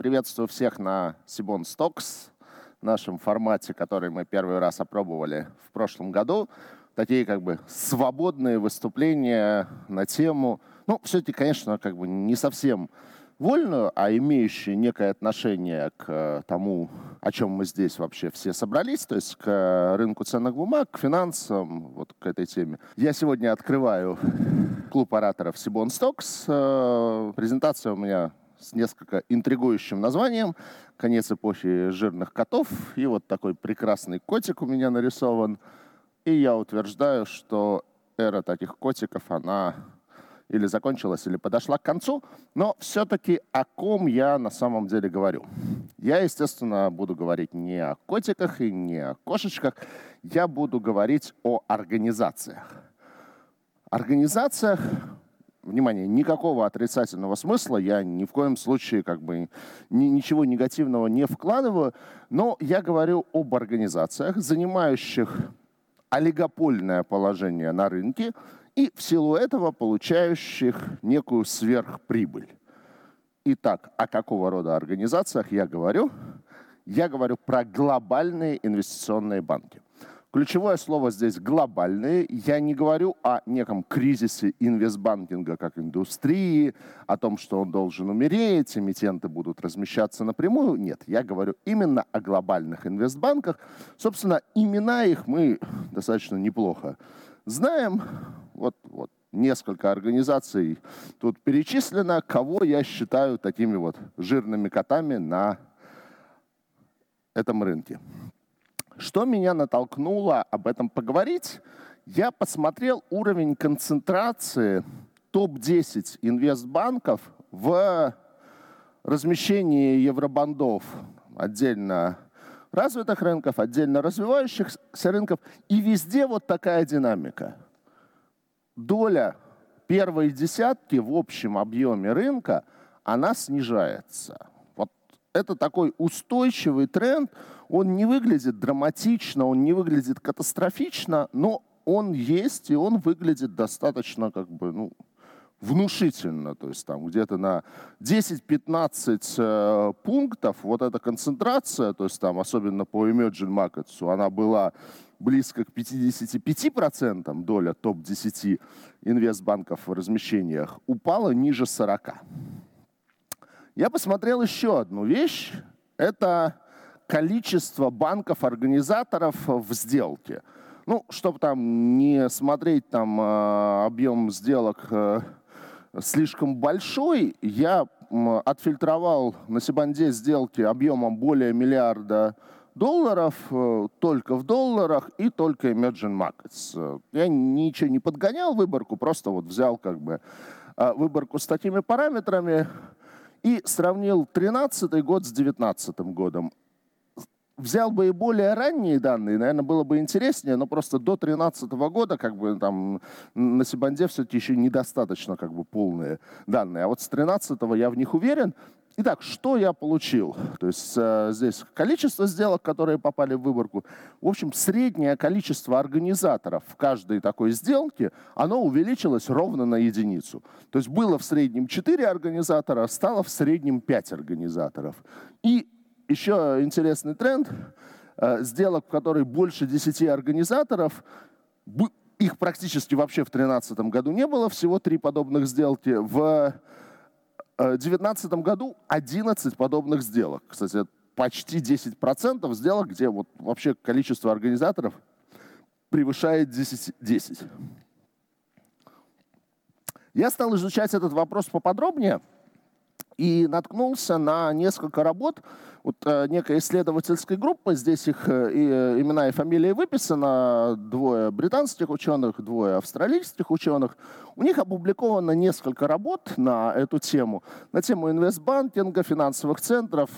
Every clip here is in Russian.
Приветствую всех на Сибон Stocks, нашем формате, который мы первый раз опробовали в прошлом году. Такие как бы свободные выступления на тему, все-таки, конечно, как бы не совсем вольную, а имеющие некое отношение к тому, о чем мы здесь вообще все собрались, то есть к рынку ценных бумаг, к финансам, вот к этой теме. Я сегодня открываю клуб ораторов Сибон Stocks. Презентация у меня с несколько интригующим названием «Конец эпохи жирных котов». И вот такой прекрасный котик у меня нарисован. И я утверждаю, что эра таких котиков, она или закончилась, или подошла к концу. Но все-таки о ком я на самом деле говорю? Я, естественно, буду говорить не о котиках и не о кошечках. Я буду говорить о организациях. Организациях, внимание, никакого отрицательного смысла я ни в коем случае как бы ничего негативного не вкладываю, но я говорю об организациях, занимающих олигопольное положение на рынке и в силу этого получающих некую сверхприбыль. Итак, о какого рода организациях я говорю? Я говорю про глобальные инвестиционные банки. Ключевое слово здесь «глобальные». Я не говорю о неком кризисе инвестбанкинга как индустрии, о том, что он должен умереть, эмитенты будут размещаться напрямую. Нет, я говорю именно о глобальных инвестбанках. Собственно, имена их мы достаточно неплохо знаем. Вот несколько организаций тут перечислено, кого я считаю такими вот жирными котами на этом рынке. Что меня натолкнуло об этом поговорить? Я посмотрел уровень концентрации топ-10 инвестбанков в размещении евробандов отдельно развитых рынков, отдельно развивающихся рынков. И везде вот такая динамика. Доля первой десятки в общем объеме рынка, она снижается. Это такой устойчивый тренд, он не выглядит драматично, он не выглядит катастрофично, но он есть, и он выглядит достаточно как бы, внушительно. То есть там где-то на 10-15 пунктов вот эта концентрация, то есть там особенно по emerging markets, она была близко к 55%, доля топ-10 инвестбанков в размещениях, упала ниже 40%. Я посмотрел еще одну вещь. Это количество банков-организаторов в сделке. Чтобы там не смотреть там объем сделок слишком большой, я отфильтровал на Сибонде сделки объемом более $1 миллиарда только в долларах и только emerging markets. Я ничего не подгонял выборку, просто вот взял как бы выборку с такими параметрами и сравнил 2013 год с 2019 годом. Взял бы и более ранние данные, наверное, было бы интереснее, но просто до 2013 года как бы там на Сибонде все-таки еще недостаточно как бы полные данные. А вот с 2013 я в них уверен. Итак, что я получил? То есть здесь количество сделок, которые попали в выборку. В общем, среднее количество организаторов в каждой такой сделке, оно увеличилось ровно на единицу. То есть было в среднем 4 организатора, стало в среднем 5 организаторов. И еще интересный тренд. Сделок, в которой больше 10 организаторов, их практически вообще в 2013 году не было, всего 3 подобных сделки. В 2019 году 11 подобных сделок. Кстати, почти 10% сделок, где вот вообще количество организаторов превышает 10. Я стал изучать этот вопрос поподробнее и наткнулся на несколько работ некой исследовательской группы. Здесь их имена и фамилии выписано. 2 британских ученых, 2 австралийских ученых. У них опубликовано несколько работ на эту тему. На тему инвестбанкинга, финансовых центров,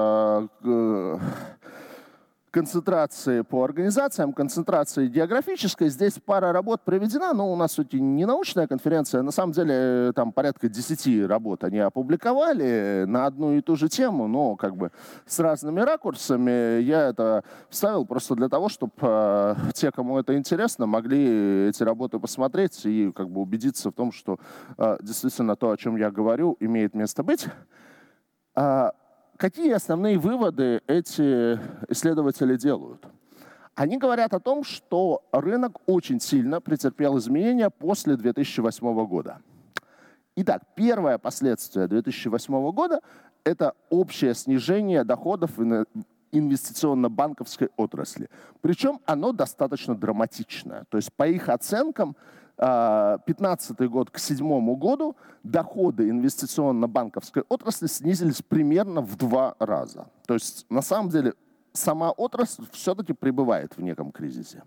концентрации по организациям, концентрации географической. Здесь пара работ проведена, но у нас все-таки не научная конференция. На самом деле там порядка 10 работ они опубликовали на одну и ту же тему, но как бы с разными ракурсами. Я это вставил просто для того, чтобы те, кому это интересно, могли эти работы посмотреть и как бы убедиться в том, что действительно то, о чем я говорю, имеет место быть. Какие основные выводы эти исследователи делают? Они говорят о том, что рынок очень сильно претерпел изменения после 2008 года. Итак, первое последствие 2008 года – это общее снижение доходов инвестиционно-банковской отрасли. Причем оно достаточно драматичное. То есть по их оценкам, 2015 год к 2007 году доходы инвестиционно-банковской отрасли снизились примерно в 2 раза. То есть на самом деле сама отрасль все-таки пребывает в неком кризисе.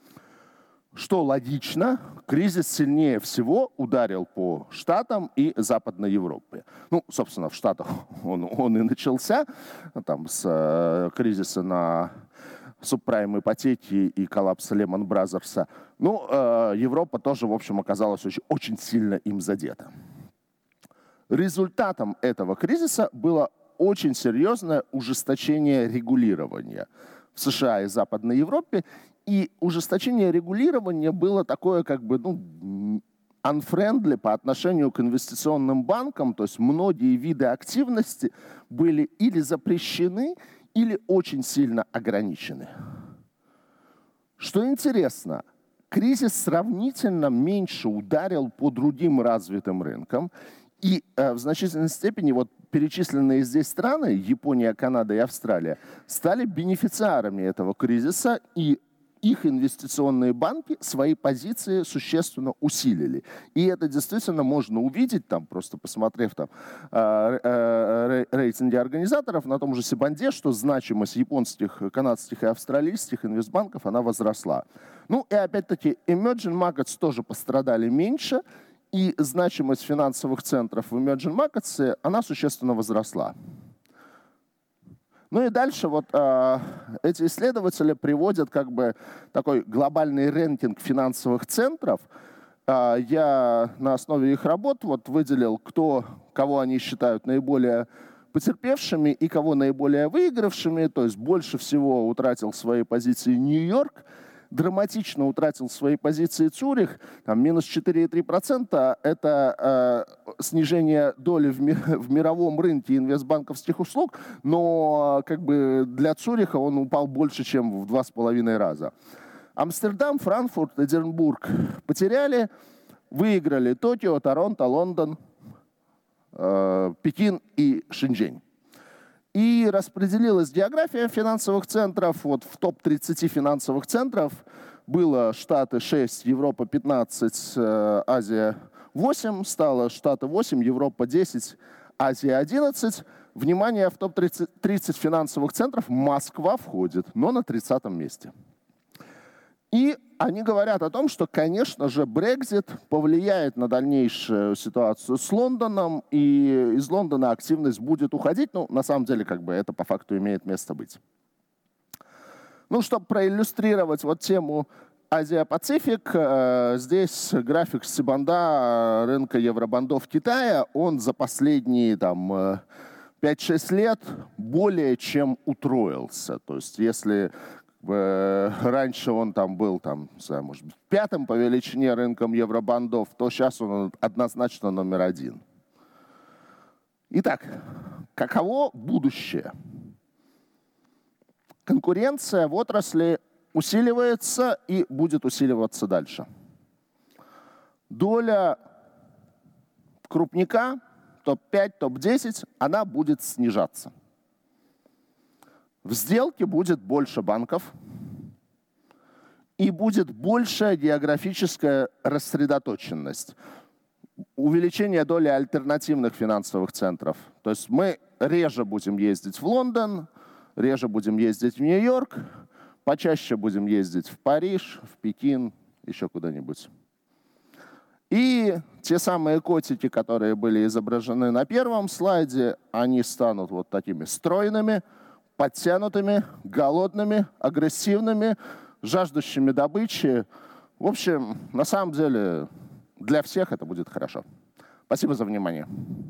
Что логично, кризис сильнее всего ударил по Штатам и Западной Европе. Ну, собственно, в Штатах он и начался, там, с кризиса на субпрайм-ипотеки и коллапса Lehman Brothers. Ну, Европа тоже, в общем, оказалась очень сильно им задета. Результатом этого кризиса было очень серьезное ужесточение регулирования в США и Западной Европе. И ужесточение регулирования было такое, как бы, unfriendly по отношению к инвестиционным банкам. То есть многие виды активности были или запрещены, или очень сильно ограничены. Что интересно, кризис сравнительно меньше ударил по другим развитым рынкам. И в значительной степени вот перечисленные здесь страны, Япония, Канада и Австралия, стали бенефициарами этого кризиса, и их инвестиционные банки свои позиции существенно усилили. И это действительно можно увидеть, там, просто посмотрев там, рейтинги организаторов на том же Сибанде, что значимость японских, канадских и австралийских инвестбанков она возросла. Ну и опять-таки emerging markets тоже пострадали меньше, и значимость финансовых центров в emerging markets она существенно возросла. Ну и дальше вот эти исследователи приводят как бы такой глобальный рейтинг финансовых центров. Я на основе их работ вот выделил, кого они считают наиболее потерпевшими и кого наиболее выигравшими. То есть больше всего утратил свои позиции Нью-Йорк, драматично утратил свои позиции Цюрих, там минус 4,3%. Это снижение доли в мировом рынке инвестбанковских услуг, но как бы для Цюриха он упал больше, чем в 2,5 раза. Амстердам, Франкфурт, Эдинбург потеряли, выиграли Токио, Торонто, Лондон, Пекин и Шэньчжэнь. И распределилась география финансовых центров. Вот в топ-30 финансовых центров было Штаты 6, Европа 15, Азия 8, стало Штаты 8, Европа 10, Азия 11. Внимание, в топ-30 финансовых центров Москва входит, но на 30-м месте. И они говорят о том, что, конечно же, Brexit повлияет на дальнейшую ситуацию с Лондоном, и из Лондона активность будет уходить. Ну, на самом деле, как бы это по факту имеет место быть. Ну, чтобы проиллюстрировать вот тему Азия-Пацифик, здесь график Сибанда рынка евробандов Китая, он за последние там 5-6 лет более чем утроился. То есть если раньше он там был, может быть, 5-м по величине рынком евробандов, то сейчас он однозначно номер 1. Итак, каково будущее? Конкуренция в отрасли усиливается и будет усиливаться дальше. Доля крупника, топ-5, топ-10, она будет снижаться. В сделке будет больше банков и будет большая географическая рассредоточенность. Увеличение доли альтернативных финансовых центров. То есть мы реже будем ездить в Лондон, реже будем ездить в Нью-Йорк, почаще будем ездить в Париж, в Пекин, еще куда-нибудь. И те самые котики, которые были изображены на первом слайде, они станут вот такими стройными, подтянутыми, голодными, агрессивными, жаждущими добычи. В общем, на самом деле, для всех это будет хорошо. Спасибо за внимание.